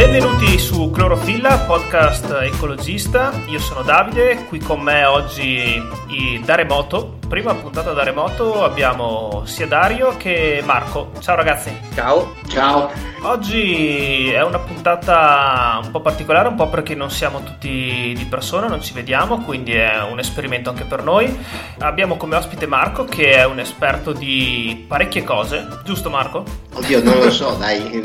Benvenuti su Clorofilla, podcast ecologista. Io sono Davide, qui con me oggi da remoto. Prima puntata da remoto abbiamo sia Dario che Marco. Ciao ragazzi. Ciao. Ciao. Oggi è una puntata un po' particolare, un po' perché non siamo tutti di persona, non ci vediamo, quindi è un esperimento anche per noi. Abbiamo come ospite Marco, che è un esperto di parecchie cose, giusto Marco? Oddio, non lo so, dai,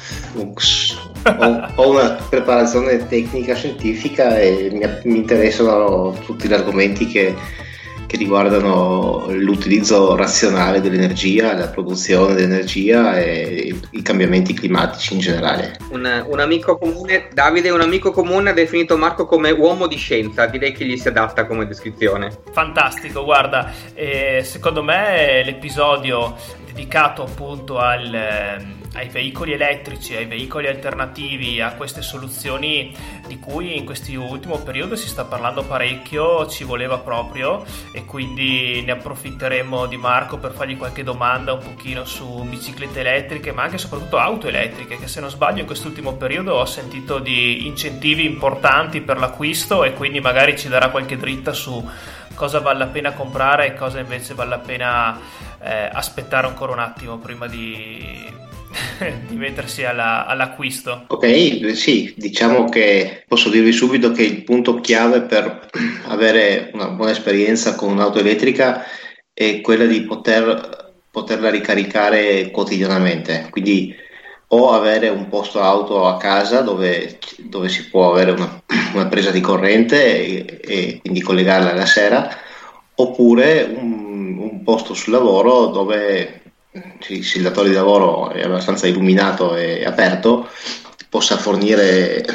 ho una preparazione tecnica scientifica e mi interessano tutti gli argomenti che riguardano l'utilizzo razionale dell'energia, la produzione dell'energia e i cambiamenti climatici in generale. Un amico comune, Davide, un amico comune ha definito Marco come uomo di scienza, direi che gli si adatta come descrizione. Fantastico, guarda, secondo me l'episodio dedicato appunto ai veicoli elettrici, ai veicoli alternativi, a queste soluzioni di cui in questo ultimo periodo si sta parlando parecchio, ci voleva proprio, e quindi ne approfitteremo di Marco per fargli qualche domanda un pochino su biciclette elettriche, ma anche e soprattutto auto elettriche, che se non sbaglio in quest'ultimo periodo ho sentito di incentivi importanti per l'acquisto, e quindi magari ci darà qualche dritta su cosa vale la pena comprare e cosa invece vale la pena aspettare ancora un attimo prima di mettersi all'acquisto. Ok, sì, diciamo che posso dirvi subito che il punto chiave per avere una buona esperienza con un'auto elettrica è quella di poterla ricaricare quotidianamente, quindi o avere un posto auto a casa dove si può avere una presa di corrente e quindi collegarla alla sera, oppure un posto sul lavoro dove se il datore di lavoro è abbastanza illuminato e aperto, possa fornire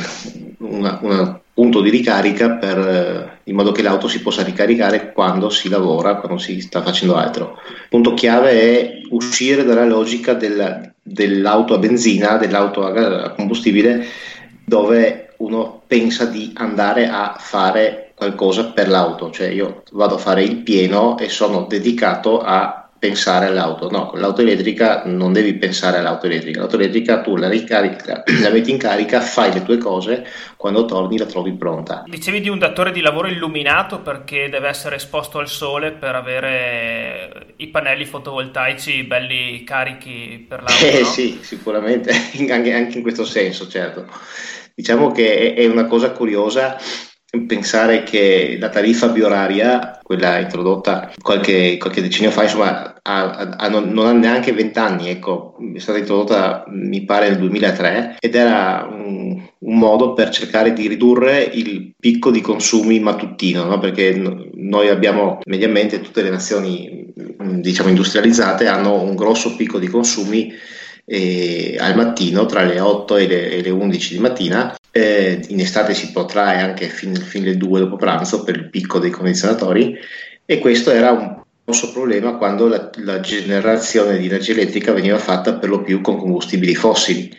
un punto di ricarica in modo che l'auto si possa ricaricare quando si lavora, quando si sta facendo altro. Il punto chiave è uscire dalla logica dell'auto a benzina, dell'auto a combustibile, dove uno pensa di andare a fare qualcosa per l'auto, cioè io vado a fare il pieno e sono dedicato a pensare all'auto. No, con l'auto elettrica non devi pensare all'auto elettrica. L'auto elettrica tu la ricarica, la metti in carica, fai le tue cose, quando torni la trovi pronta. Dicevi di un datore di lavoro illuminato perché deve essere esposto al sole per avere i pannelli fotovoltaici belli carichi per l'auto, no? Sì, sicuramente, anche in questo senso, certo. Diciamo che è una cosa curiosa pensare che la tariffa bioraria, quella introdotta qualche decennio fa, insomma, non ha neanche 20 anni, ecco, è stata introdotta mi pare nel 2003 ed era un modo per cercare di ridurre il picco di consumi mattutino, no? Perché noi abbiamo mediamente, tutte le nazioni diciamo industrializzate hanno un grosso picco di consumi al mattino tra le 8 e le 11 di mattina. In estate si protrae anche fino alle 2 dopo pranzo per il picco dei condizionatori, e questo era un grosso problema quando la generazione di energia elettrica veniva fatta per lo più con combustibili fossili.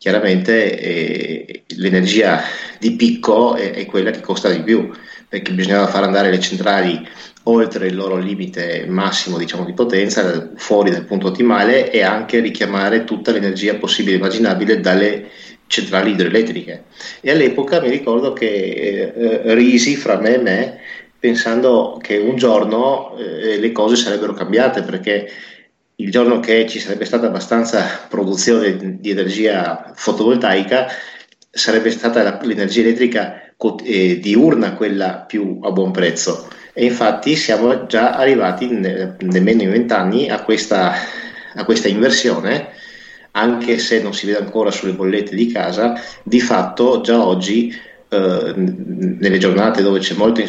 Chiaramente l'energia di picco è quella che costa di più, perché bisognava far andare le centrali oltre il loro limite massimo, diciamo, di potenza, fuori dal punto ottimale, e anche richiamare tutta l'energia possibile e immaginabile dalle centrali idroelettriche. E all'epoca mi ricordo che risi fra me e me pensando che un giorno le cose sarebbero cambiate, perché il giorno che ci sarebbe stata abbastanza produzione di energia fotovoltaica sarebbe stata l'energia elettrica diurna quella più a buon prezzo, e infatti siamo già arrivati nemmeno in 20 anni a questa inversione. Anche se non si vede ancora sulle bollette di casa, di fatto già oggi nelle giornate dove c'è molta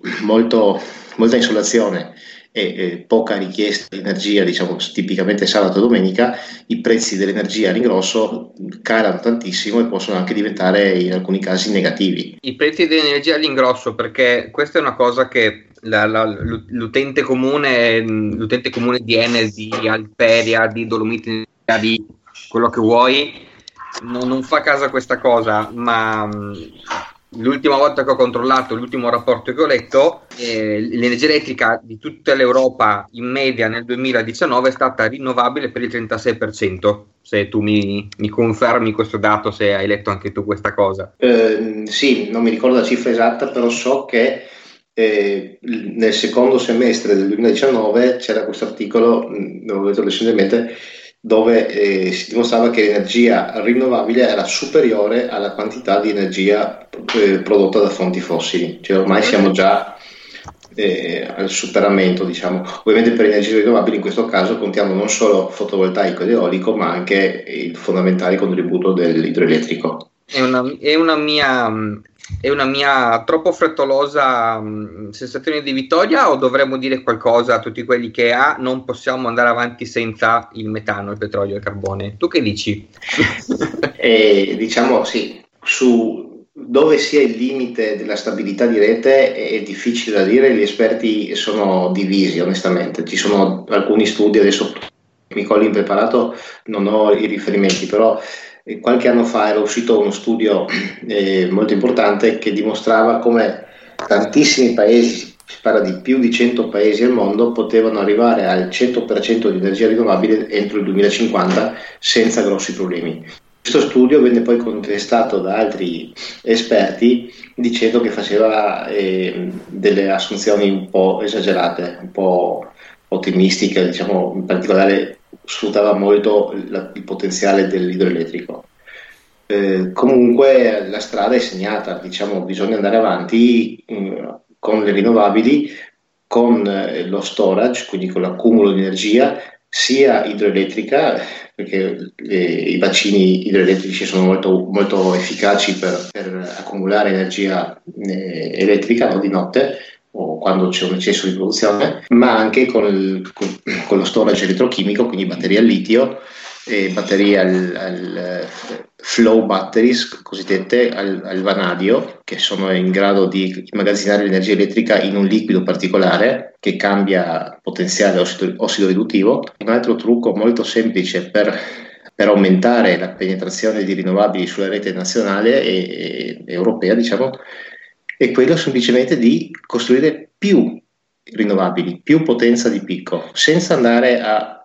insolazione e poca richiesta di energia, diciamo tipicamente sabato e domenica, i prezzi dell'energia all'ingrosso calano tantissimo e possono anche diventare in alcuni casi negativi. I prezzi dell'energia all'ingrosso, perché questa è una cosa che l'utente comune di Enel, di Alperia, di Dolomiti, di quello che vuoi, non fa caso a questa cosa, ma l'ultima volta che ho controllato, l'ultimo rapporto che ho letto, l'energia elettrica di tutta l'Europa in media nel 2019 è stata rinnovabile per il 36%. Se tu mi confermi questo dato, se hai letto anche tu questa cosa. Sì, non mi ricordo la cifra esatta, però so che nel secondo semestre del 2019 c'era questo articolo, non l'ho letto recentemente, dove si dimostrava che l'energia rinnovabile era superiore alla quantità di energia prodotta da fonti fossili, cioè ormai siamo già al superamento, diciamo. Ovviamente per energie rinnovabili in questo caso contiamo non solo fotovoltaico ed eolico, ma anche il fondamentale contributo dell'idroelettrico. È una mia troppo frettolosa sensazione di vittoria, o dovremmo dire qualcosa a tutti quelli che non possiamo andare avanti senza il metano, il petrolio e il carbone? Tu che dici? Diciamo sì, su dove sia il limite della stabilità di rete è difficile da dire, gli esperti sono divisi onestamente, ci sono alcuni studi, adesso mi cogli impreparato, non ho i riferimenti, però qualche anno fa era uscito uno studio molto importante che dimostrava come tantissimi paesi, si parla di più di 100 paesi al mondo, potevano arrivare al 100% di energia rinnovabile entro il 2050 senza grossi problemi. Questo studio venne poi contestato da altri esperti dicendo che faceva delle assunzioni un po' esagerate, un po' ottimistiche, diciamo, in particolare sfruttava molto il potenziale dell'idroelettrico. Comunque la strada è segnata, diciamo, bisogna andare avanti con le rinnovabili, con lo storage, quindi con l'accumulo di energia, sia idroelettrica, perché i bacini idroelettrici sono molto, molto efficaci per accumulare energia elettrica, no, di notte o quando c'è un eccesso di produzione, ma anche con lo storage elettrochimico, quindi batterie al litio e batterie al flow batteries, cosiddette al vanadio, che sono in grado di immagazzinare l'energia elettrica in un liquido particolare che cambia potenziale ossido riduttivo. Un altro trucco molto semplice per aumentare la penetrazione di rinnovabili sulla rete nazionale e europea, diciamo, è quello semplicemente di costruire più rinnovabili, più potenza di picco, senza andare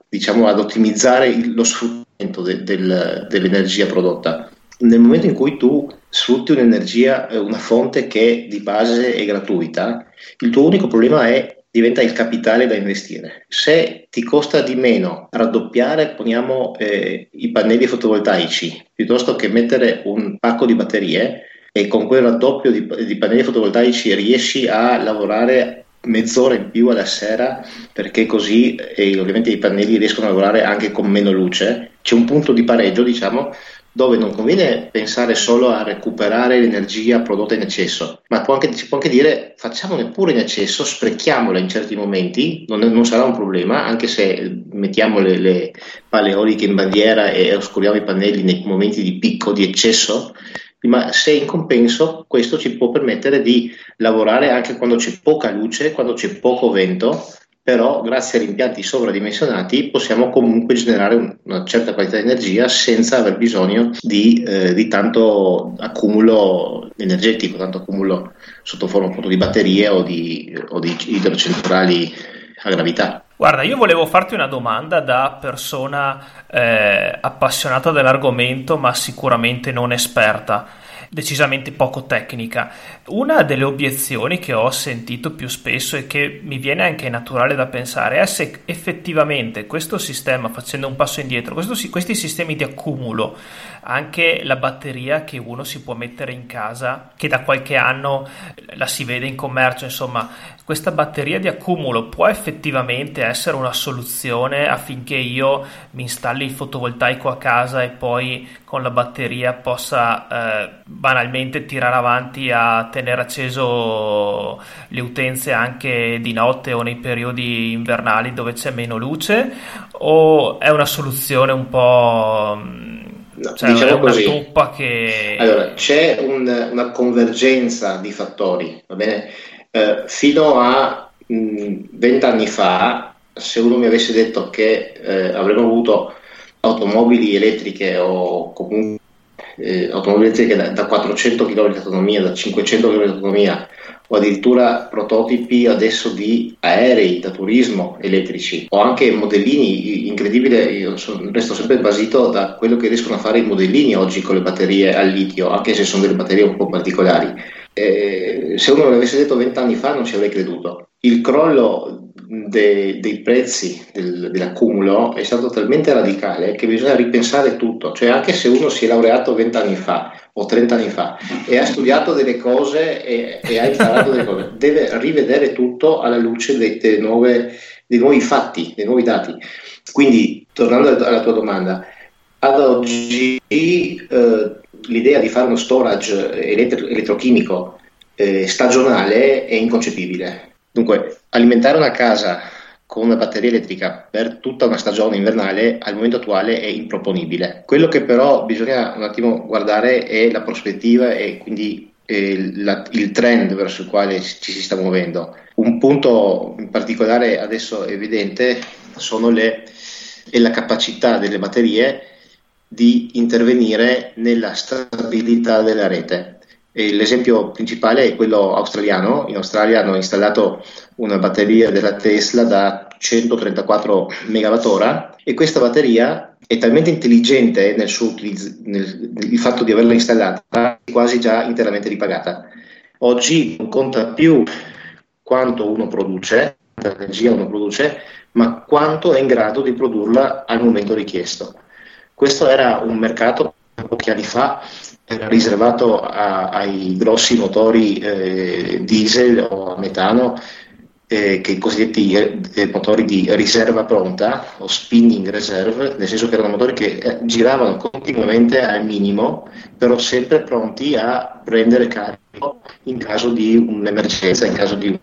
ad ottimizzare lo sfruttamento dell'energia prodotta. Nel momento in cui tu sfrutti un'energia, una fonte che di base è gratuita, il tuo unico problema diventa il capitale da investire. Se ti costa di meno raddoppiare, poniamo i pannelli fotovoltaici, piuttosto che mettere un pacco di batterie, e con quel raddoppio di pannelli fotovoltaici riesci a lavorare mezz'ora in più alla sera, perché così ovviamente i pannelli riescono a lavorare anche con meno luce. C'è un punto di pareggio, diciamo, dove non conviene pensare solo a recuperare l'energia prodotta in eccesso, ma si può anche dire facciamone pure in eccesso, sprechiamola in certi momenti, non sarà un problema, anche se mettiamo le pale eoliche in bandiera e oscuriamo i pannelli nei momenti di picco, di eccesso, ma se in compenso questo ci può permettere di lavorare anche quando c'è poca luce, quando c'è poco vento, però grazie agli impianti sovradimensionati possiamo comunque generare una certa qualità di energia senza aver bisogno di tanto accumulo energetico, tanto accumulo sotto forma appunto di batterie o di idrocentrali a gravità. Guarda, io volevo farti una domanda da persona appassionata dell'argomento, ma sicuramente non esperta, decisamente poco tecnica. Una delle obiezioni che ho sentito più spesso e che mi viene anche naturale da pensare è se effettivamente questo sistema, facendo un passo indietro, questi sistemi di accumulo, anche la batteria che uno si può mettere in casa, che da qualche anno la si vede in commercio, insomma, questa batteria di accumulo può effettivamente essere una soluzione affinché io mi installi il fotovoltaico a casa e poi con la batteria possa banalmente tirare avanti a tenere acceso le utenze anche di notte o nei periodi invernali dove c'è meno luce, o è una soluzione un po'... No, cioè, diciamo così, toppa che... Allora, c'è una convergenza di fattori, va bene? Fino a 20 anni fa, se uno mi avesse detto che avremmo avuto automobili elettriche o comunque automobili elettriche da 400 km di autonomia, da 500 km di autonomia, o addirittura prototipi adesso di aerei da turismo elettrici, o anche modellini. Incredibile, io resto sempre basito da quello che riescono a fare i modellini oggi con le batterie al litio, anche se sono delle batterie un po' particolari. Se uno me l'avesse detto 20 anni fa non ci avrei creduto. Il crollo dei prezzi dell'accumulo è stato talmente radicale che bisogna ripensare tutto, cioè anche se uno si è laureato 20 anni fa o 30 anni fa e ha studiato delle cose e ha imparato delle cose, deve rivedere tutto alla luce dei nuovi fatti, dei nuovi dati. Quindi, tornando alla tua domanda, ad oggi l'idea di fare uno storage elettrochimico stagionale è inconcepibile. Dunque, alimentare una casa con una batteria elettrica per tutta una stagione invernale al momento attuale è improponibile. Quello che però bisogna un attimo guardare è la prospettiva e quindi il trend verso il quale ci si sta muovendo. Un punto in particolare adesso evidente è la capacità delle batterie di intervenire nella stabilità della rete. E l'esempio principale è quello australiano. In Australia hanno installato una batteria della Tesla da 134 MWh e questa batteria è talmente intelligente nel suo utilizzo, il fatto di averla installata, quasi già interamente ripagata. Oggi non conta più quanto uno produce, quanta energia uno produce, ma quanto è in grado di produrla al momento richiesto. Questo era un mercato pochi anni fa era riservato ai grossi motori diesel o a metano, che i cosiddetti motori di riserva pronta o spinning reserve, nel senso che erano motori che giravano continuamente al minimo, però sempre pronti a prendere carico in caso di un'emergenza, in caso di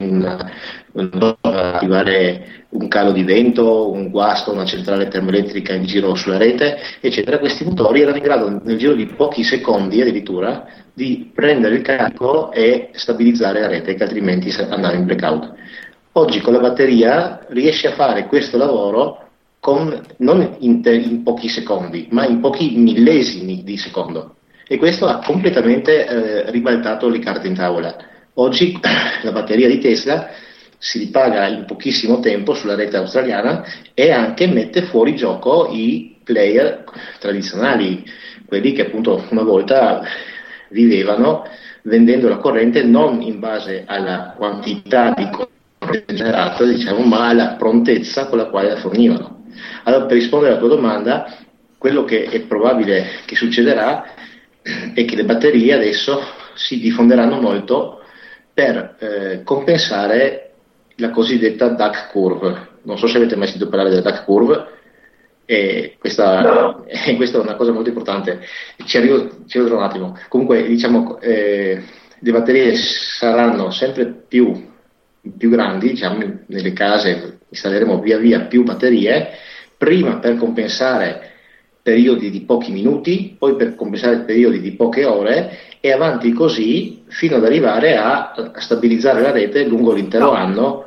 arrivare un calo di vento, un guasto, una centrale termoelettrica in giro sulla rete, eccetera. Questi motori erano in grado nel giro di pochi secondi addirittura di prendere il carico e stabilizzare la rete, che altrimenti andava in blackout. Oggi con la batteria riesce a fare questo lavoro non in pochi secondi, ma in pochi millesimi di secondo. E questo ha completamente ribaltato le carte in tavola. Oggi la batteria di Tesla si ripaga in pochissimo tempo sulla rete australiana e anche mette fuori gioco i player tradizionali, quelli che appunto una volta vivevano vendendo la corrente non in base alla quantità di corrente generata, diciamo, ma alla prontezza con la quale la fornivano. Allora, per rispondere alla tua domanda, quello che è probabile che succederà è che le batterie adesso si diffonderanno molto per compensare la cosiddetta duck curve. Non so se avete mai sentito parlare della duck curve, e questa è una cosa molto importante. Ci arrivo tra un attimo. Comunque, diciamo, le batterie saranno sempre più grandi, diciamo, nelle case installeremo via via più batterie, prima per compensare periodi di pochi minuti, poi per compensare periodi di poche ore e avanti così fino ad arrivare a stabilizzare la rete lungo l'intero anno,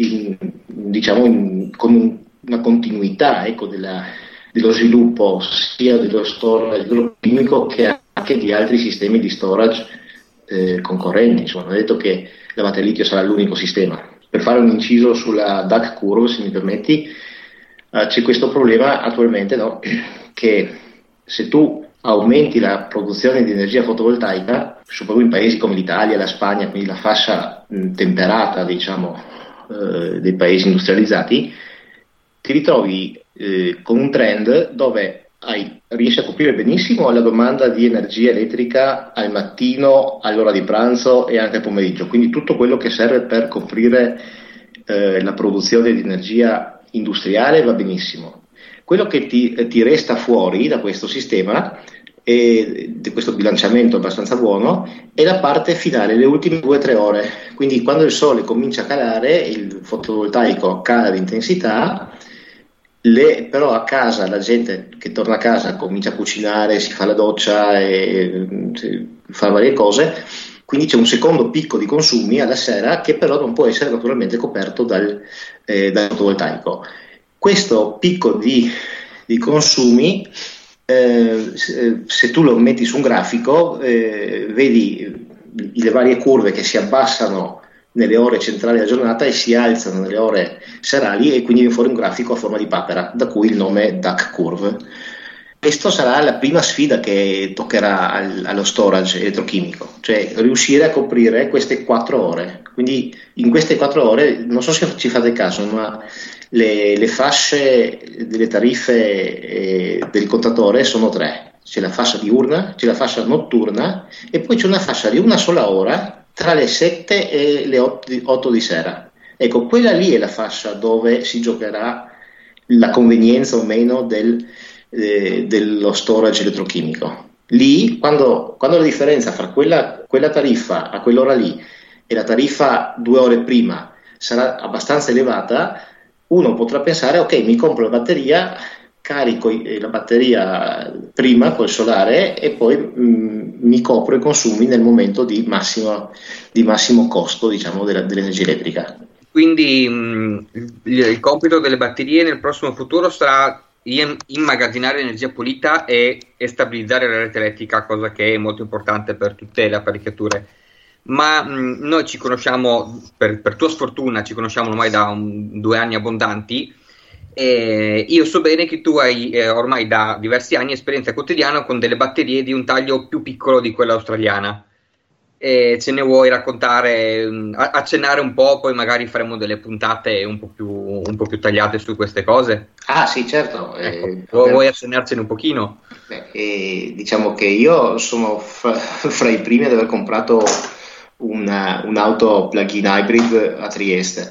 con una continuità, ecco, dello sviluppo sia dello storage chimico che anche di altri sistemi di storage concorrenti. Insomma, non è detto che la batteria litio sarà l'unico sistema. Per fare un inciso sulla duck curve, se mi permetti, c'è questo problema attualmente, no? Che se tu aumenti la produzione di energia fotovoltaica, soprattutto in paesi come l'Italia, la Spagna, quindi la fascia temperata, diciamo, dei paesi industrializzati, ti ritrovi con un trend dove riesci a coprire benissimo la domanda di energia elettrica al mattino, all'ora di pranzo e anche al pomeriggio, quindi tutto quello che serve per coprire la produzione di energia industriale va benissimo. Quello che ti resta fuori da questo sistema e di questo bilanciamento abbastanza buono è la parte finale, le ultime 2-3 ore, quindi quando il sole comincia a calare, il fotovoltaico cala di intensità, però a casa la gente che torna a casa comincia a cucinare, si fa la doccia e fa varie cose, quindi c'è un secondo picco di consumi alla sera che però non può essere naturalmente coperto dal fotovoltaico. Questo picco di consumi se tu lo metti su un grafico, vedi le varie curve che si abbassano nelle ore centrali della giornata e si alzano nelle ore serali, e quindi viene fuori un grafico a forma di papera, da cui il nome duck curve. Questa sarà la prima sfida che toccherà allo storage elettrochimico, cioè riuscire a coprire queste 4 ore. Quindi in queste 4 ore, non so se ci fate caso, ma le fasce delle tariffe del contatore sono 3. C'è la fascia diurna, c'è la fascia notturna e poi c'è una fascia di una sola ora tra le 7 e le 8 di sera. Ecco, quella lì è la fascia dove si giocherà la convenienza o meno dello storage elettrochimico. Lì, quando la differenza fra quella tariffa a quell'ora lì e la tariffa 2 ore prima sarà abbastanza elevata, uno potrà pensare: ok, mi compro la batteria, carico la batteria prima col solare e poi mi copro i consumi nel momento di massimo costo, diciamo, dell'energia elettrica. Quindi il compito delle batterie nel prossimo futuro sarà immagazzinare energia pulita e stabilizzare la rete elettrica, cosa che è molto importante per tutte le apparecchiature. Ma noi ci conosciamo, per tua sfortuna, ci conosciamo ormai da 2 anni abbondanti, e io so bene che tu hai ormai da diversi anni esperienza quotidiana con delle batterie di un taglio più piccolo di quella australiana. Ce ne vuoi raccontare, accennare un po', poi magari faremo delle puntate un po' più tagliate su queste cose? Ah sì, certo. Vuoi accennarcene un pochino? Diciamo che io sono fra i primi ad aver comprato un'auto plug-in hybrid a Trieste,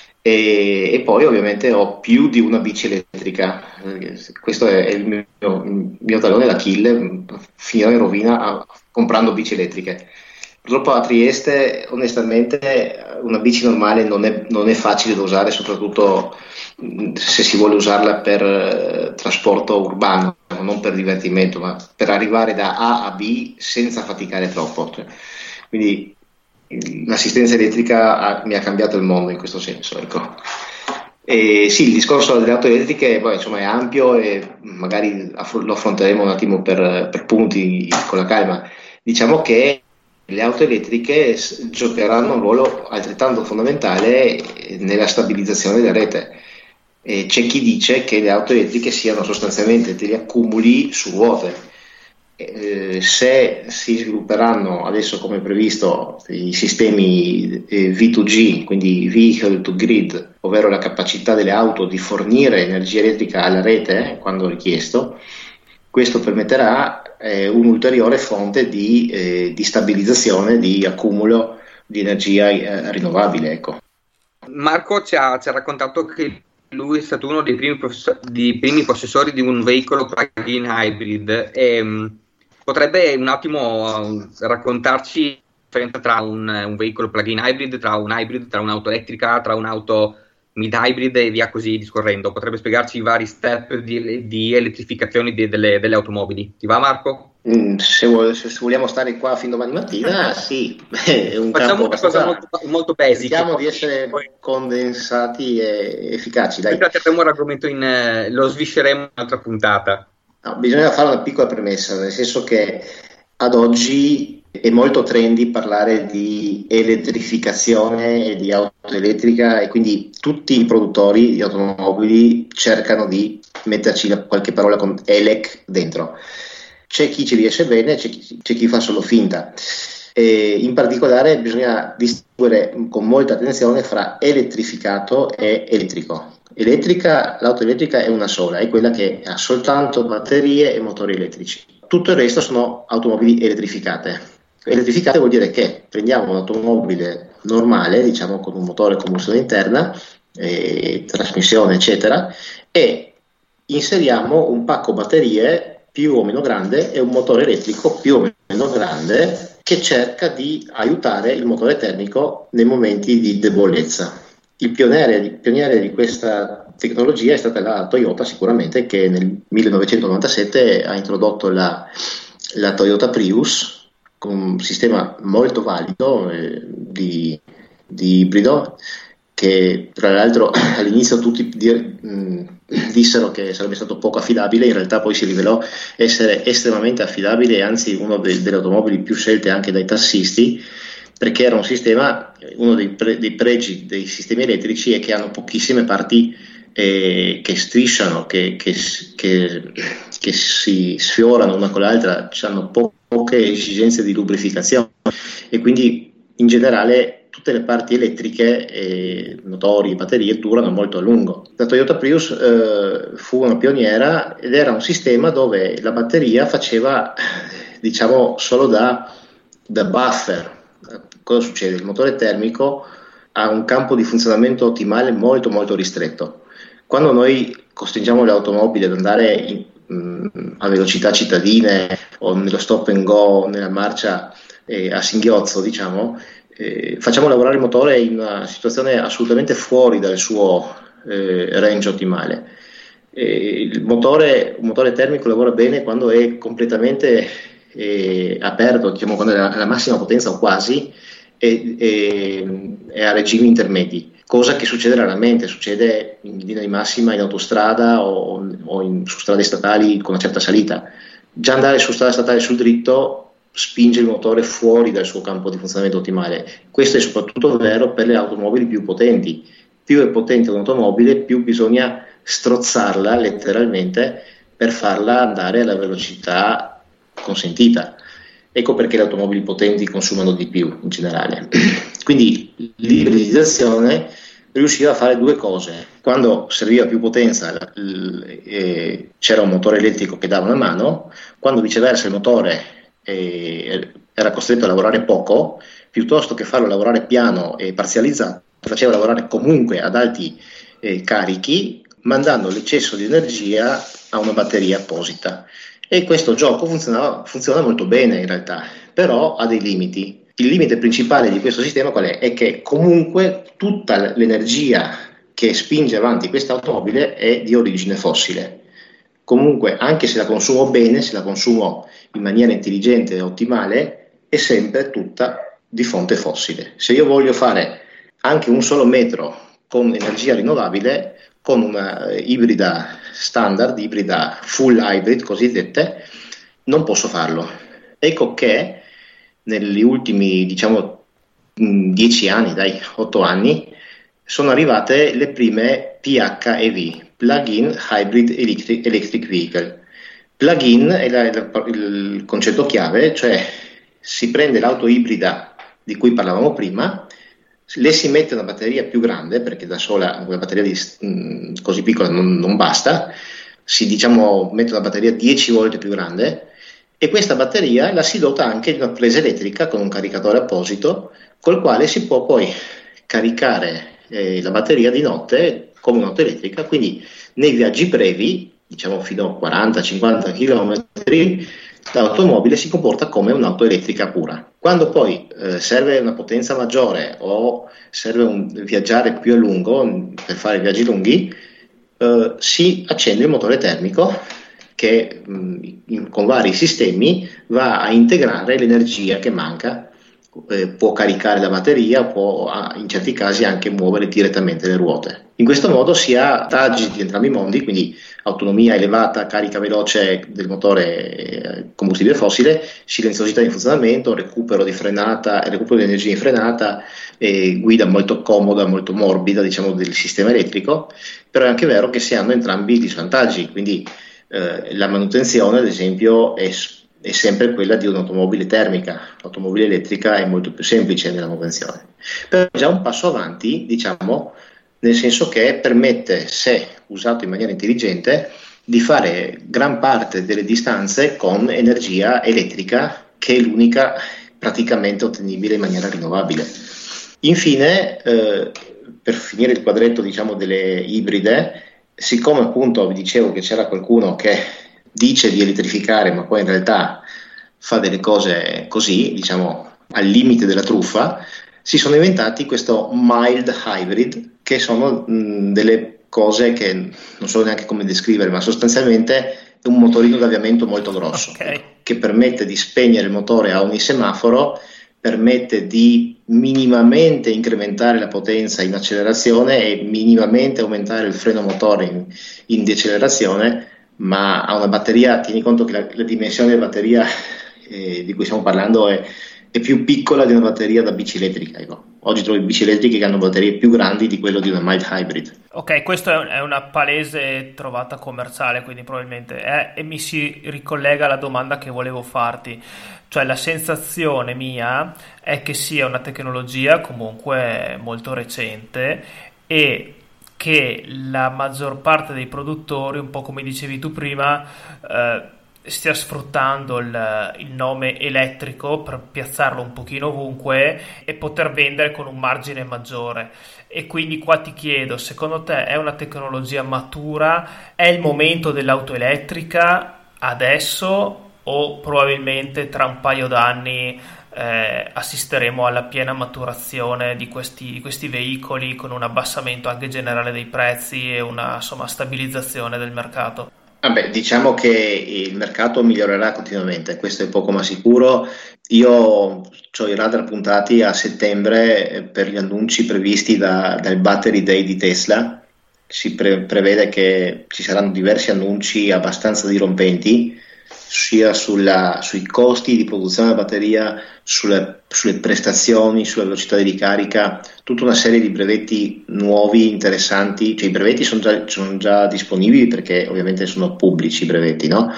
e poi ovviamente ho più di una bici elettrica. Questo è il mio tallone d'Achille, finirò in rovina comprando bici elettriche. Purtroppo a Trieste, onestamente, una bici normale non è facile da usare, soprattutto se si vuole usarla per trasporto urbano, non per divertimento, ma per arrivare da A a B senza faticare troppo. Quindi l'assistenza elettrica mi ha cambiato il mondo in questo senso, ecco. E sì, il discorso delle auto elettriche insomma, è ampio e magari lo affronteremo un attimo per punti con la calma. Diciamo che le auto elettriche giocheranno un ruolo altrettanto fondamentale nella stabilizzazione della rete. C'è chi dice che le auto elettriche siano sostanzialmente degli accumuli su ruote. Se si svilupperanno adesso come previsto i sistemi V2G, quindi Vehicle to Grid, ovvero la capacità delle auto di fornire energia elettrica alla rete quando richiesto, questo permetterà un'ulteriore fonte di stabilizzazione, di accumulo di energia rinnovabile. Ecco. Marco ci ha raccontato che lui è stato uno dei primi possessori di un veicolo plug-in hybrid. Potrebbe un attimo raccontarci la differenza tra un veicolo plug-in hybrid, tra un hybrid, tra un'auto elettrica, tra un'auto mid-hybrid e via così discorrendo? Potrebbe spiegarci i vari step di elettrificazione delle automobili. Ti va, Marco? Se vogliamo stare qua fin domani mattina, sì. Facciamo una cosa molto basic. Cerchiamo di essere condensati e efficaci. Dai. Tratteremo l'argomento lo svisceremo in un'altra puntata. No, bisogna fare una piccola premessa, nel senso che ad oggi è molto trendy parlare di elettrificazione e di auto elettrica, e quindi tutti i produttori di automobili cercano di metterci qualche parola con elec dentro. C'è chi ci riesce bene, c'è chi fa solo finta. E in particolare bisogna distinguere con molta attenzione fra elettrificato e elettrico. L'auto elettrica è una sola, è quella che ha soltanto batterie e motori elettrici. Tutto il resto sono automobili elettrificate. Elettrificate vuol dire che prendiamo un'automobile normale, diciamo con un motore a combustione interna, trasmissione eccetera, e inseriamo un pacco batterie più o meno grande e un motore elettrico più o meno grande che cerca di aiutare il motore termico nei momenti di debolezza. Il pioniere di questa tecnologia è stata la Toyota, sicuramente, che nel 1997 ha introdotto la Toyota Prius con un sistema molto valido di ibrido, che tra l'altro all'inizio tutti dissero che sarebbe stato poco affidabile, in realtà poi si rivelò essere estremamente affidabile e anzi uno delle automobili più scelte anche dai tassisti, perché era un sistema, uno dei pregi dei sistemi elettrici è che hanno pochissime parti che strisciano, che si sfiorano una con l'altra, hanno poche esigenze di lubrificazione e quindi in generale tutte le parti elettriche, motori, batterie durano molto a lungo. La Toyota Prius fu una pioniera ed era un sistema dove la batteria faceva diciamo solo da buffer. Cosa succede? Il motore termico ha un campo di funzionamento ottimale molto molto ristretto. Quando noi costringiamo le automobili ad andare a velocità cittadine o nello stop and go, nella marcia a singhiozzo, diciamo, facciamo lavorare il motore in una situazione assolutamente fuori dal suo range ottimale. Un motore termico lavora bene quando è completamente aperto, diciamo, quando è alla massima potenza o quasi, e a regimi intermedi, cosa che succede raramente, succede in linea di massima in autostrada o su strade statali con una certa salita. Già andare su strada statale sul dritto spinge il motore fuori dal suo campo di funzionamento ottimale. Questo è soprattutto vero per le automobili più potenti. Più è potente un'automobile, più bisogna strozzarla letteralmente per farla andare alla velocità consentita. Ecco perché le automobili potenti consumano di più in generale. Quindi l'ibridizzazione riusciva a fare due cose. Quando serviva più potenza c'era un motore elettrico che dava una mano, quando viceversa il motore era costretto a lavorare poco, piuttosto che farlo lavorare piano e parzializzato, faceva lavorare comunque ad alti carichi, mandando l'eccesso di energia a una batteria apposita. E questo gioco funziona molto bene in realtà, però ha dei limiti. Il limite principale di questo sistema qual è? È che comunque tutta l'energia che spinge avanti questa automobile è di origine fossile. Comunque, anche se la consumo bene, se la consumo in maniera intelligente e ottimale, è sempre tutta di fonte fossile. Se io voglio fare anche un solo metro con energia rinnovabile, con una ibrida standard, ibrida full hybrid cosiddette, non posso farlo. Ecco che negli ultimi 10 anni, 8 anni, sono arrivate le prime PHEV, Plug-in Hybrid Electric Vehicle. Plug-in è il concetto chiave, cioè si prende l'auto ibrida di cui parlavamo prima, le si mette una batteria più grande, perché da sola una batteria così piccola non basta, mette una batteria 10 volte più grande, e questa batteria la si dota anche di una presa elettrica con un caricatore apposito, col quale si può poi caricare la batteria di notte come un'auto elettrica, quindi nei viaggi brevi, fino a 40-50 km, l'automobile si comporta come un'auto elettrica pura. Quando poi serve una potenza maggiore o serve viaggiare più a lungo per fare viaggi lunghi, si accende il motore termico che con vari sistemi va a integrare l'energia che manca, può caricare la batteria, può in certi casi anche muovere direttamente le ruote. In questo modo si ha vantaggi di entrambi i mondi, quindi autonomia elevata, carica veloce del motore combustibile fossile, silenziosità di funzionamento, recupero di energia in frenata, guida molto comoda, molto morbida del sistema elettrico. Però è anche vero che si hanno entrambi gli svantaggi, quindi la manutenzione ad esempio è sempre quella di un'automobile termica. L'automobile elettrica è molto più semplice nella manutenzione, però è già un passo avanti, nel senso che permette, se usato in maniera intelligente, di fare gran parte delle distanze con energia elettrica, che è l'unica praticamente ottenibile in maniera rinnovabile. Infine, per finire il quadretto delle ibride, siccome appunto vi dicevo che c'era qualcuno che dice di elettrificare ma poi in realtà fa delle cose così, al limite della truffa, si sono inventati questo mild hybrid, che sono delle cose che non so neanche come descrivere, ma sostanzialmente è un motorino d'avviamento molto grosso, okay, che permette di spegnere il motore a ogni semaforo permette di minimamente incrementare la potenza in accelerazione e minimamente aumentare il freno motore in decelerazione, ma ha una batteria, tieni conto che la dimensione della batteria di cui stiamo parlando è più piccola di una batteria da bici elettrica. Ecco. Oggi trovi bici elettriche che hanno batterie più grandi di quello di una mild hybrid. Ok, questa è una palese trovata commerciale, quindi probabilmente e mi si ricollega alla domanda che volevo farti. Cioè la sensazione mia è che sia una tecnologia comunque molto recente e che la maggior parte dei produttori, un po' come dicevi tu prima, stia sfruttando il nome elettrico per piazzarlo un pochino ovunque e poter vendere con un margine maggiore. E quindi qua ti chiedo, secondo te è una tecnologia matura? È il momento dell'auto elettrica adesso o probabilmente tra un paio d'anni assisteremo alla piena maturazione di questi veicoli con un abbassamento anche generale dei prezzi e una stabilizzazione del mercato? Vabbè, diciamo che il mercato migliorerà continuamente, questo è poco ma sicuro. Io ho i radar puntati a settembre per gli annunci previsti dal Battery Day di Tesla. Si prevede che ci saranno diversi annunci abbastanza dirompenti, sia sui costi di produzione della batteria, sulle prestazioni, sulla velocità di ricarica, tutta una serie di brevetti nuovi, interessanti. Cioè, i brevetti sono già disponibili perché ovviamente sono pubblici i brevetti, no?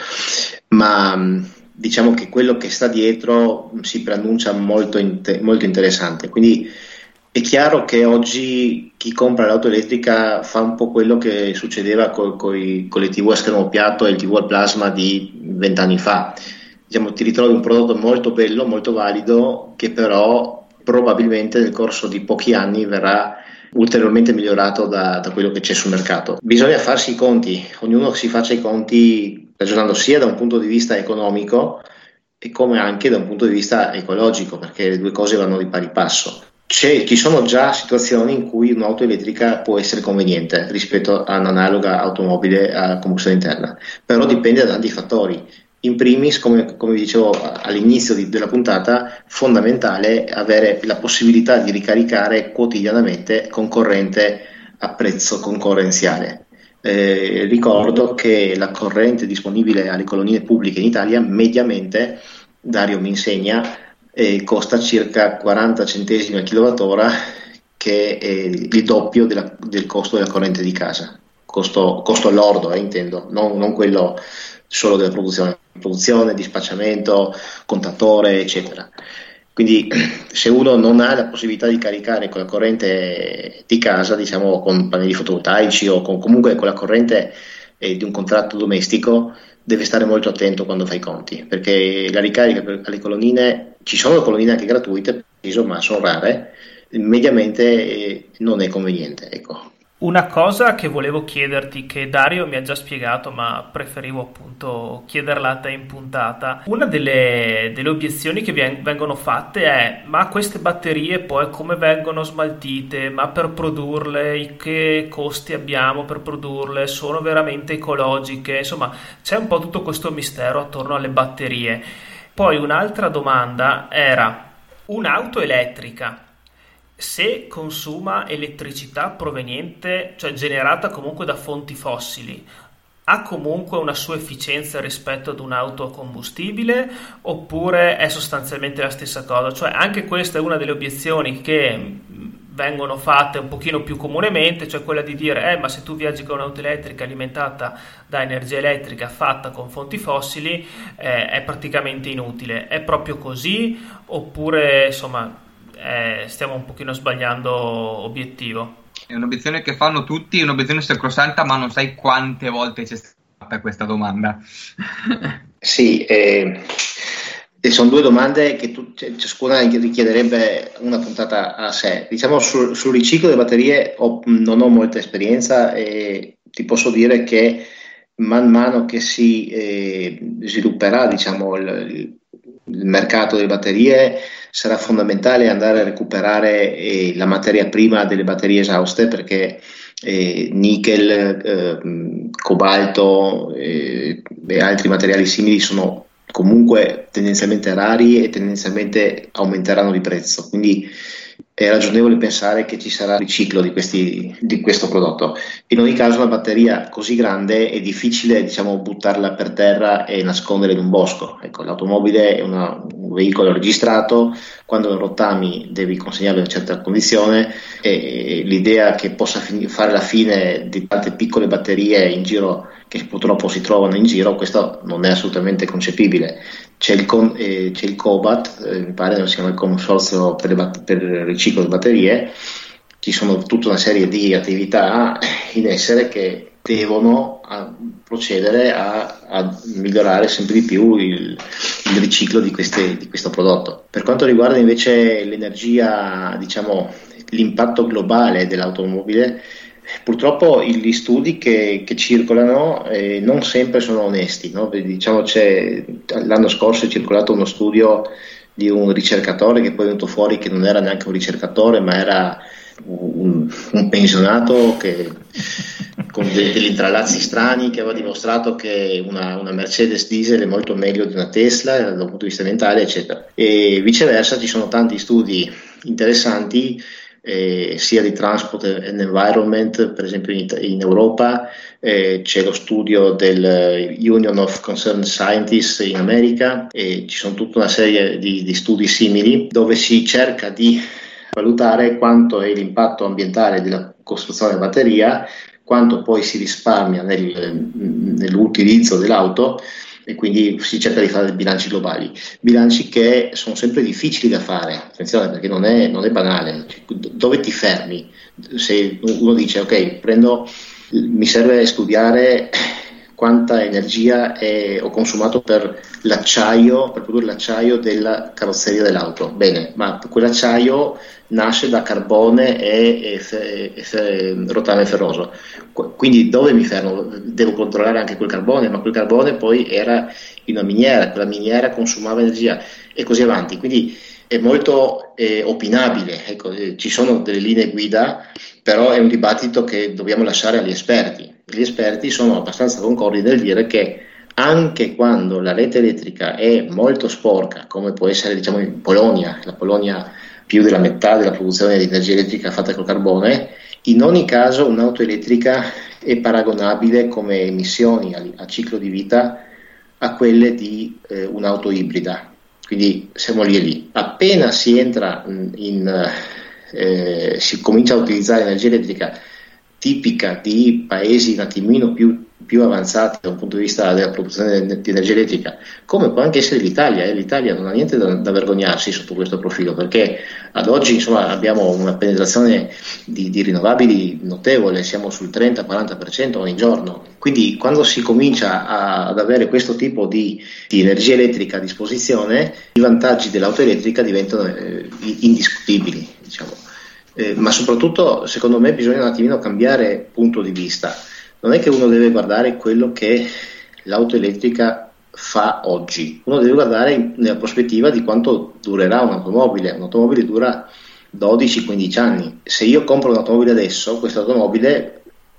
Ma diciamo che quello che sta dietro si preannuncia molto interessante. Quindi è chiaro che oggi chi compra l'auto elettrica fa un po' quello che succedeva con le TV a schermo piatto e il TV al plasma di 20 anni fa. Diciamo, ti ritrovi un prodotto molto bello, molto valido, che però probabilmente nel corso di pochi anni verrà ulteriormente migliorato da quello che c'è sul mercato. Bisogna farsi i conti, ognuno si faccia i conti ragionando sia da un punto di vista economico e come anche da un punto di vista ecologico, perché le due cose vanno di pari passo. Ci sono già situazioni in cui un'auto elettrica può essere conveniente rispetto a un'analoga automobile a combustione interna, però dipende da tanti fattori. In primis, come vi dicevo all'inizio della puntata, fondamentale avere la possibilità di ricaricare quotidianamente con corrente a prezzo concorrenziale. Ricordo che la corrente disponibile alle colonnine pubbliche in Italia mediamente, Dario mi insegna, costa circa 40 centesimi al kilowattora, che è il doppio del costo della corrente di casa, costo lordo, intendo, non quello solo della produzione, dispacciamento, contatore, eccetera. Quindi se uno non ha la possibilità di caricare con la corrente di casa, diciamo con pannelli fotovoltaici o comunque con la corrente di un contratto domestico, deve stare molto attento quando fa i conti, perché la ricarica alle colonnine, ci sono colonnine anche gratuite, ma sono rare, mediamente non è conveniente, ecco. Una cosa che volevo chiederti, che Dario mi ha già spiegato, ma preferivo appunto chiederla a te in puntata. Una delle obiezioni che vengono fatte è: ma queste batterie poi come vengono smaltite? Ma per produrle, che costi abbiamo per produrle? Sono veramente ecologiche? Insomma, c'è un po' tutto questo mistero attorno alle batterie. Poi un'altra domanda era: un'auto elettrica, se consuma elettricità proveniente, cioè generata comunque da fonti fossili, ha comunque una sua efficienza rispetto ad un'auto a combustibile, oppure è sostanzialmente la stessa cosa? Cioè anche questa è una delle obiezioni che vengono fatte un pochino più comunemente, cioè quella di dire ma se tu viaggi con un'auto elettrica alimentata da energia elettrica fatta con fonti fossili è praticamente inutile. È proprio così, oppure insomma stiamo un pochino sbagliando obiettivo? È un'obiezione che fanno tutti, è un'obiezione sacrosanta, ma non sai quante volte c'è stata questa domanda. Sì, sono due domande che ciascuna richiederebbe una puntata a sé. Diciamo sul riciclo delle batterie non ho molta esperienza e ti posso dire che man mano che si svilupperà, diciamo, il mercato delle batterie, sarà fondamentale andare a recuperare la materia prima delle batterie esauste, perché nickel, cobalto e altri materiali simili sono comunque tendenzialmente rari e tendenzialmente aumenteranno di prezzo, quindi è ragionevole pensare che ci sarà riciclo di questo prodotto. In ogni caso una batteria così grande è difficile, diciamo, buttarla per terra e nascondere in un bosco. Ecco, l'automobile è un veicolo registrato, quando lo rottami devi consegnarlo in una certa condizione, e l'idea che possa fare la fine di tante piccole batterie in giro, che purtroppo si trovano in giro, questo non è assolutamente concepibile. C'è il COBAT, mi pare si chiama il Consorzio per il riciclo di batterie. Ci sono tutta una serie di attività in essere che devono procedere a migliorare sempre di più il riciclo di questo prodotto. Per quanto riguarda invece l'energia, diciamo, l'impatto globale dell'automobile, purtroppo gli studi che circolano non sempre sono onesti, no? Diciamo, l'anno scorso è circolato uno studio di un ricercatore che poi è venuto fuori che non era neanche un ricercatore, ma era un pensionato con degli intrallazzi strani, che aveva dimostrato che una Mercedes diesel è molto meglio di una Tesla dal punto di vista ambientale, eccetera. E viceversa ci sono tanti studi interessanti, sia di Transport and Environment, per esempio in Europa, c'è lo studio del Union of Concerned Scientists in America, e ci sono tutta una serie di studi simili dove si cerca di valutare quanto è l'impatto ambientale della costruzione della batteria, quanto poi si risparmia nell'utilizzo dell'auto, e quindi si cerca di fare bilanci globali, bilanci che sono sempre difficili da fare, attenzione, perché non è banale. Dove ti fermi? Se uno dice ok, mi serve studiare quanta energia ho consumato per produrre l'acciaio della carrozzeria dell'auto, bene, ma quell'acciaio nasce da carbone e rotame ferroso, quindi dove mi fermo? Devo controllare anche quel carbone, ma quel carbone poi era in una miniera, quella miniera consumava energia e così avanti, quindi è molto opinabile, ecco, ci sono delle linee guida, però è un dibattito che dobbiamo lasciare agli esperti. Gli esperti sono abbastanza concordi nel dire che anche quando la rete elettrica è molto sporca, come può essere, diciamo, in Polonia, la Polonia più della metà della produzione di energia elettrica fatta col carbone, in ogni caso un'auto elettrica è paragonabile come emissioni a ciclo di vita a quelle di un'auto ibrida, quindi siamo lì e lì. Appena si entra si comincia a utilizzare energia elettrica tipica di paesi un attimino più avanzati da un punto di vista della produzione di energia elettrica, come può anche essere l'Italia. L'Italia non ha niente da vergognarsi sotto questo profilo, perché ad oggi, insomma, abbiamo una penetrazione di rinnovabili notevole, siamo sul 30-40% ogni giorno. Quindi quando si comincia ad avere questo tipo di energia elettrica a disposizione, i vantaggi dell'auto elettrica diventano indiscutibili, diciamo. Ma soprattutto, secondo me, bisogna un attimino cambiare punto di vista. Non è che uno deve guardare quello che l'auto elettrica fa oggi, uno deve guardare nella prospettiva di quanto durerà un'automobile. Un'automobile dura 12-15 anni. Se io compro un'automobile adesso, questa automobile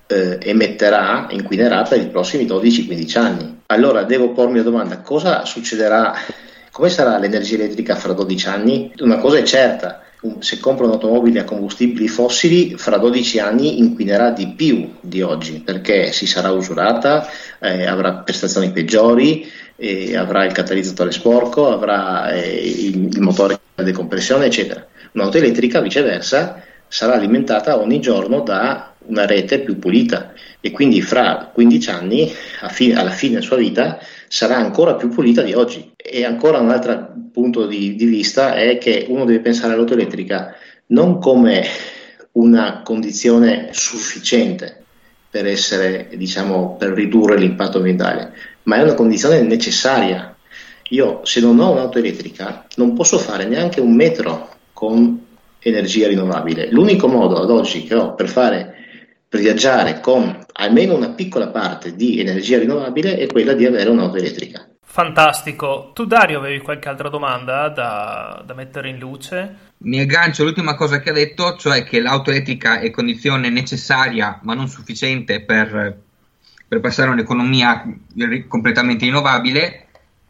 inquinerà per i prossimi 12-15 anni. Allora devo pormi la domanda: cosa succederà? Come sarà l'energia elettrica fra 12 anni? Una cosa è certa: se compro un'automobile a combustibili fossili, fra 12 anni inquinerà di più di oggi, perché si sarà usurata, avrà prestazioni peggiori, avrà il catalizzatore sporco, avrà il motore a decompressione, eccetera. Un'auto elettrica, viceversa, sarà alimentata ogni giorno da una rete più pulita, e quindi fra 15 anni, alla fine della sua vita, sarà ancora più pulita di oggi. E ancora un altro punto di vista è che uno deve pensare all'auto elettrica non come una condizione sufficiente per essere, diciamo, per ridurre l'impatto ambientale, ma è una condizione necessaria. Io, se non ho un'auto elettrica, non posso fare neanche un metro con energia rinnovabile. L'unico modo ad oggi che ho per viaggiare con almeno una piccola parte di energia rinnovabile è quella di avere un'auto elettrica. Fantastico. Tu, Dario, avevi qualche altra domanda da mettere in luce? Mi aggancio all'ultima cosa che ha detto, cioè che l'auto elettrica è condizione necessaria ma non sufficiente per passare a un'economia completamente rinnovabile.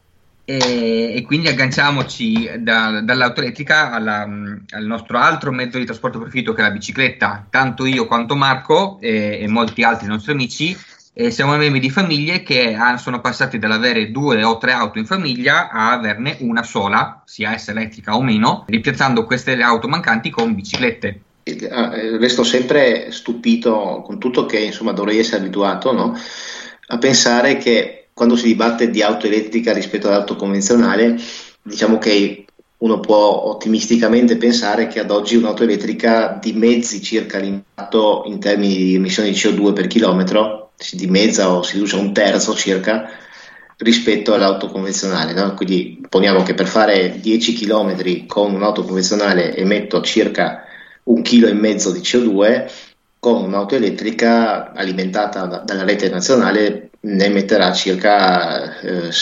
E quindi agganciamoci dall'auto elettrica al nostro altro mezzo di trasporto preferito, che è la bicicletta. Tanto io quanto Marco e molti altri nostri amici siamo membri di famiglie che sono passati dall'avere 2 o 3 auto in famiglia a averne una sola, sia essa elettrica o meno, rimpiazzando queste auto mancanti con biciclette. Resto sempre stupito, con tutto che insomma dovrei essere abituato, no? A pensare che quando si dibatte di auto elettrica rispetto all'auto convenzionale, diciamo che uno può ottimisticamente pensare che ad oggi un'auto elettrica dimezzi circa l'impatto in termini di emissioni di CO2 per chilometro, si dimezza o si riduce a un terzo circa rispetto all'auto convenzionale, no? Quindi poniamo che per fare 10 km con un'auto convenzionale emetto circa 1,5 kg di CO2, con un'auto elettrica alimentata dalla rete nazionale ne emetterà circa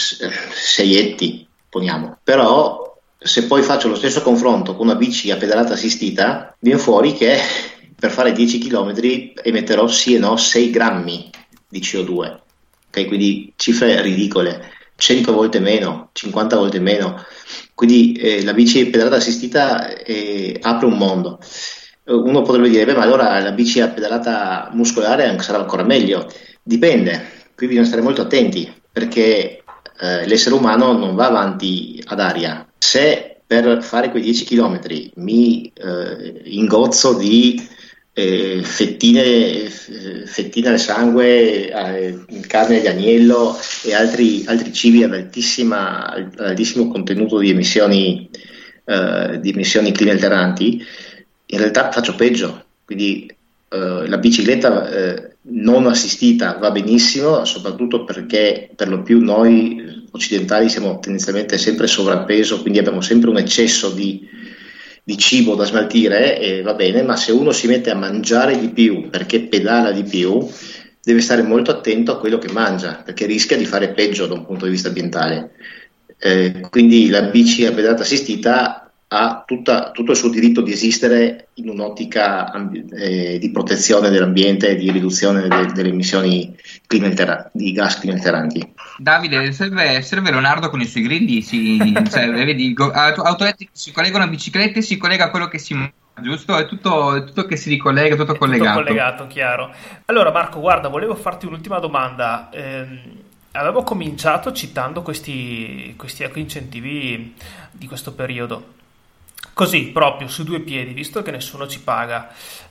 6 etti, poniamo. Però se poi faccio lo stesso confronto con una bici a pedalata assistita, viene fuori che per fare 10 km emetterò sì e no 6 grammi di CO2, okay? Quindi cifre ridicole, 100 volte meno, 50 volte meno. Quindi la bici pedalata assistita apre un mondo. Uno potrebbe dire, ma allora la bici a pedalata muscolare sarà ancora meglio. Dipende, qui bisogna stare molto attenti, perché l'essere umano non va avanti ad aria. Se per fare quei 10 km mi ingozzo di fettine al sangue, carne di agnello e altri cibi ad altissimo contenuto di emissioni climalteranti, in realtà faccio peggio. Quindi la bicicletta non assistita va benissimo, soprattutto perché per lo più noi occidentali siamo tendenzialmente sempre sovrappeso, quindi abbiamo sempre un eccesso di cibo da smaltire, e va bene, ma se uno si mette a mangiare di più perché pedala di più, deve stare molto attento a quello che mangia, perché rischia di fare peggio da un punto di vista ambientale. Quindi la bici a pedalata assistita ha tutto il suo diritto di esistere in un'ottica di protezione dell'ambiente e di riduzione delle emissioni di gas climalteranti. Davide, serve Leonardo con i suoi grilli, vedi, auto elettriche si collegano a biciclette, si collega a quello che si mangia, giusto? È tutto che si ricollega, tutto collegato. Tutto collegato, chiaro. Allora Marco, guarda, volevo farti un'ultima domanda. Avevo cominciato citando questi eco-incentivi di questo periodo. Così, proprio su due piedi, visto che nessuno ci paga,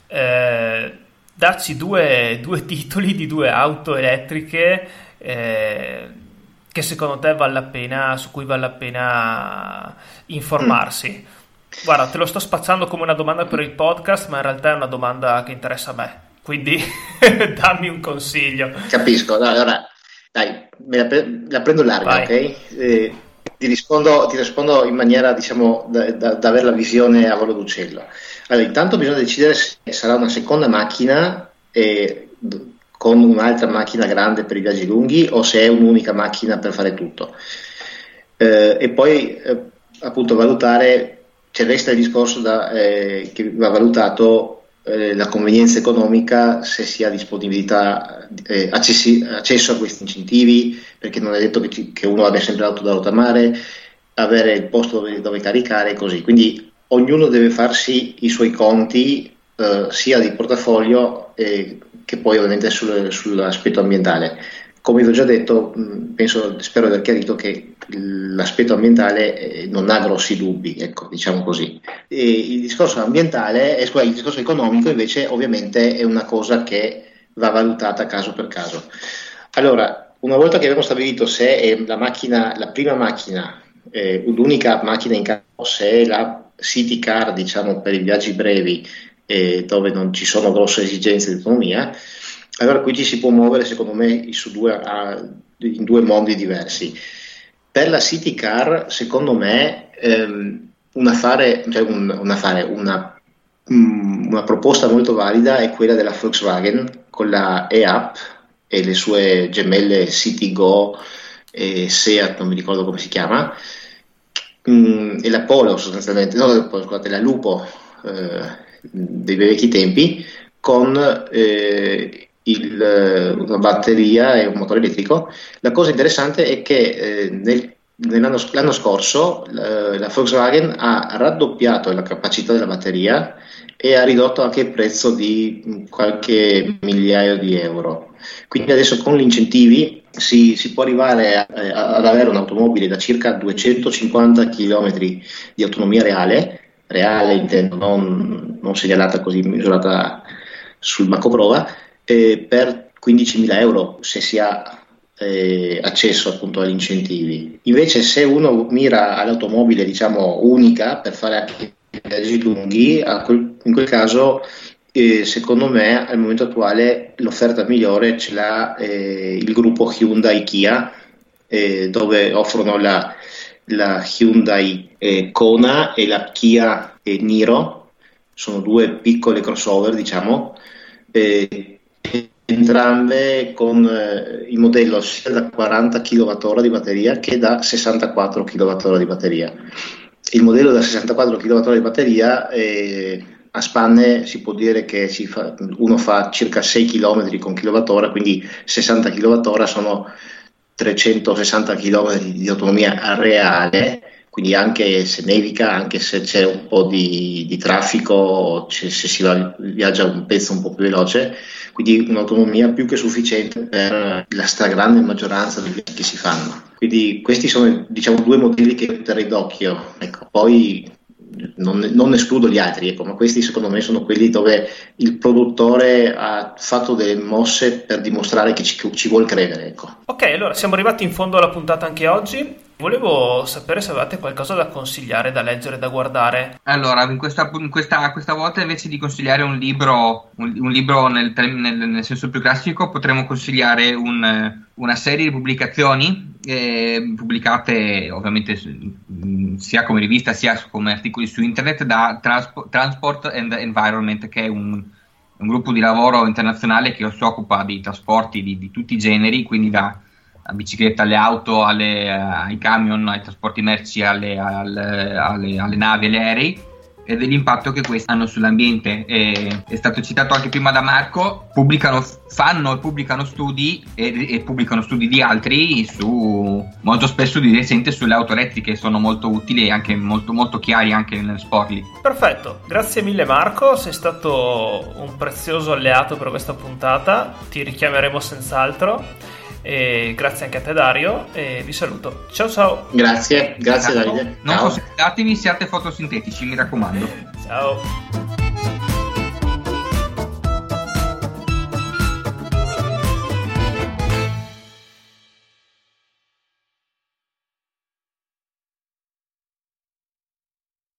darci due titoli di 2 auto elettriche che secondo te su cui vale la pena informarsi. Guarda, te lo sto spacciando come una domanda per il podcast, ma in realtà è una domanda che interessa a me, quindi dammi un consiglio. Capisco, allora dai, la prendo larga. Vai. Ok? Ti rispondo in maniera, diciamo, da avere la visione a volo d'uccello. Allora, intanto bisogna decidere se sarà una seconda macchina con un'altra macchina grande per i viaggi lunghi, o se è un'unica macchina per fare tutto. E poi appunto valutare, cioè resta il discorso che va valutato la convenienza economica, se si ha disponibilità, accesso a questi incentivi, perché non è detto che uno abbia sempre l'auto da rottamare, avere il posto dove caricare, così. Quindi ognuno deve farsi i suoi conti, sia di portafoglio che poi ovviamente sull'aspetto ambientale. Come vi ho già detto, spero di aver chiarito che l'aspetto ambientale non ha grossi dubbi, ecco, diciamo così. E il discorso ambientale, il discorso economico invece ovviamente è una cosa che va valutata caso per caso. Allora, una volta che abbiamo stabilito se è la prima macchina, l'unica macchina in campo, se è la city car, diciamo, per i viaggi brevi, dove non ci sono grosse esigenze di autonomia, allora qui ci si può muovere, secondo me, in 2 mondi diversi. Per la city car, secondo me, una proposta molto valida è quella della Volkswagen con la e-Up e le sue gemelle CityGo e Seat, non mi ricordo come si chiama, e la Polo sostanzialmente, scusate, la Lupo dei vecchi tempi, con una batteria e un motore elettrico. La cosa interessante è che nel l'anno scorso la Volkswagen ha raddoppiato la capacità della batteria e ha ridotto anche il prezzo di qualche migliaio di euro. Quindi adesso con gli incentivi si può arrivare ad avere un'automobile da circa 250 km di autonomia reale intendo, non segnalata così, misurata sul banco prova, per 15.000 euro se si ha accesso appunto agli incentivi. Invece se uno mira all'automobile diciamo unica per fare anche viaggi lunghi, in quel caso secondo me al momento attuale l'offerta migliore ce l'ha il gruppo Hyundai Kia, dove offrono la Hyundai Kona e la Kia Niro. Sono due piccole crossover diciamo, entrambe con il modello sia da 40 kWh di batteria che da 64 kWh di batteria. Il modello da 64 kWh di batteria a spanne si può dire che uno fa circa 6 km con kWh, quindi 60 kWh sono 360 km di autonomia reale, quindi anche se nevica, anche se c'è un po' di traffico, se si viaggia un pezzo un po' più veloce, quindi un'autonomia più che sufficiente per la stragrande maggioranza dei viaggi che si fanno. Quindi questi sono diciamo due modelli che terrei d'occhio, ecco, poi non escludo gli altri, ecco, ma questi secondo me sono quelli dove il produttore ha fatto delle mosse per dimostrare che ci vuol credere, ecco. Ok, allora siamo arrivati in fondo alla puntata anche oggi. Volevo sapere se avevate qualcosa da consigliare, da leggere, da guardare. Allora, questa volta invece di consigliare un libro nel senso più classico, potremmo consigliare una serie di pubblicazioni pubblicate ovviamente sia come rivista sia come articoli su internet da Transport and Environment, che è un gruppo di lavoro internazionale che si occupa di trasporti di tutti i generi, quindi da bicicletta alle auto, ai camion, ai trasporti merci, alle navi, agli aerei, e dell'impatto che questi hanno sull'ambiente. È stato citato anche prima da Marco, pubblicano studi e pubblicano studi di altri molto spesso di recente sulle auto elettriche, sono molto utili e anche molto, molto chiari anche nelle Sportly. Perfetto, grazie mille Marco, sei stato un prezioso alleato per questa puntata, ti richiameremo senz'altro. E grazie anche a te Dario e vi saluto, ciao. Grazie Davide, non fossilizzatevi, siate fotosintetici, mi raccomando. Ciao.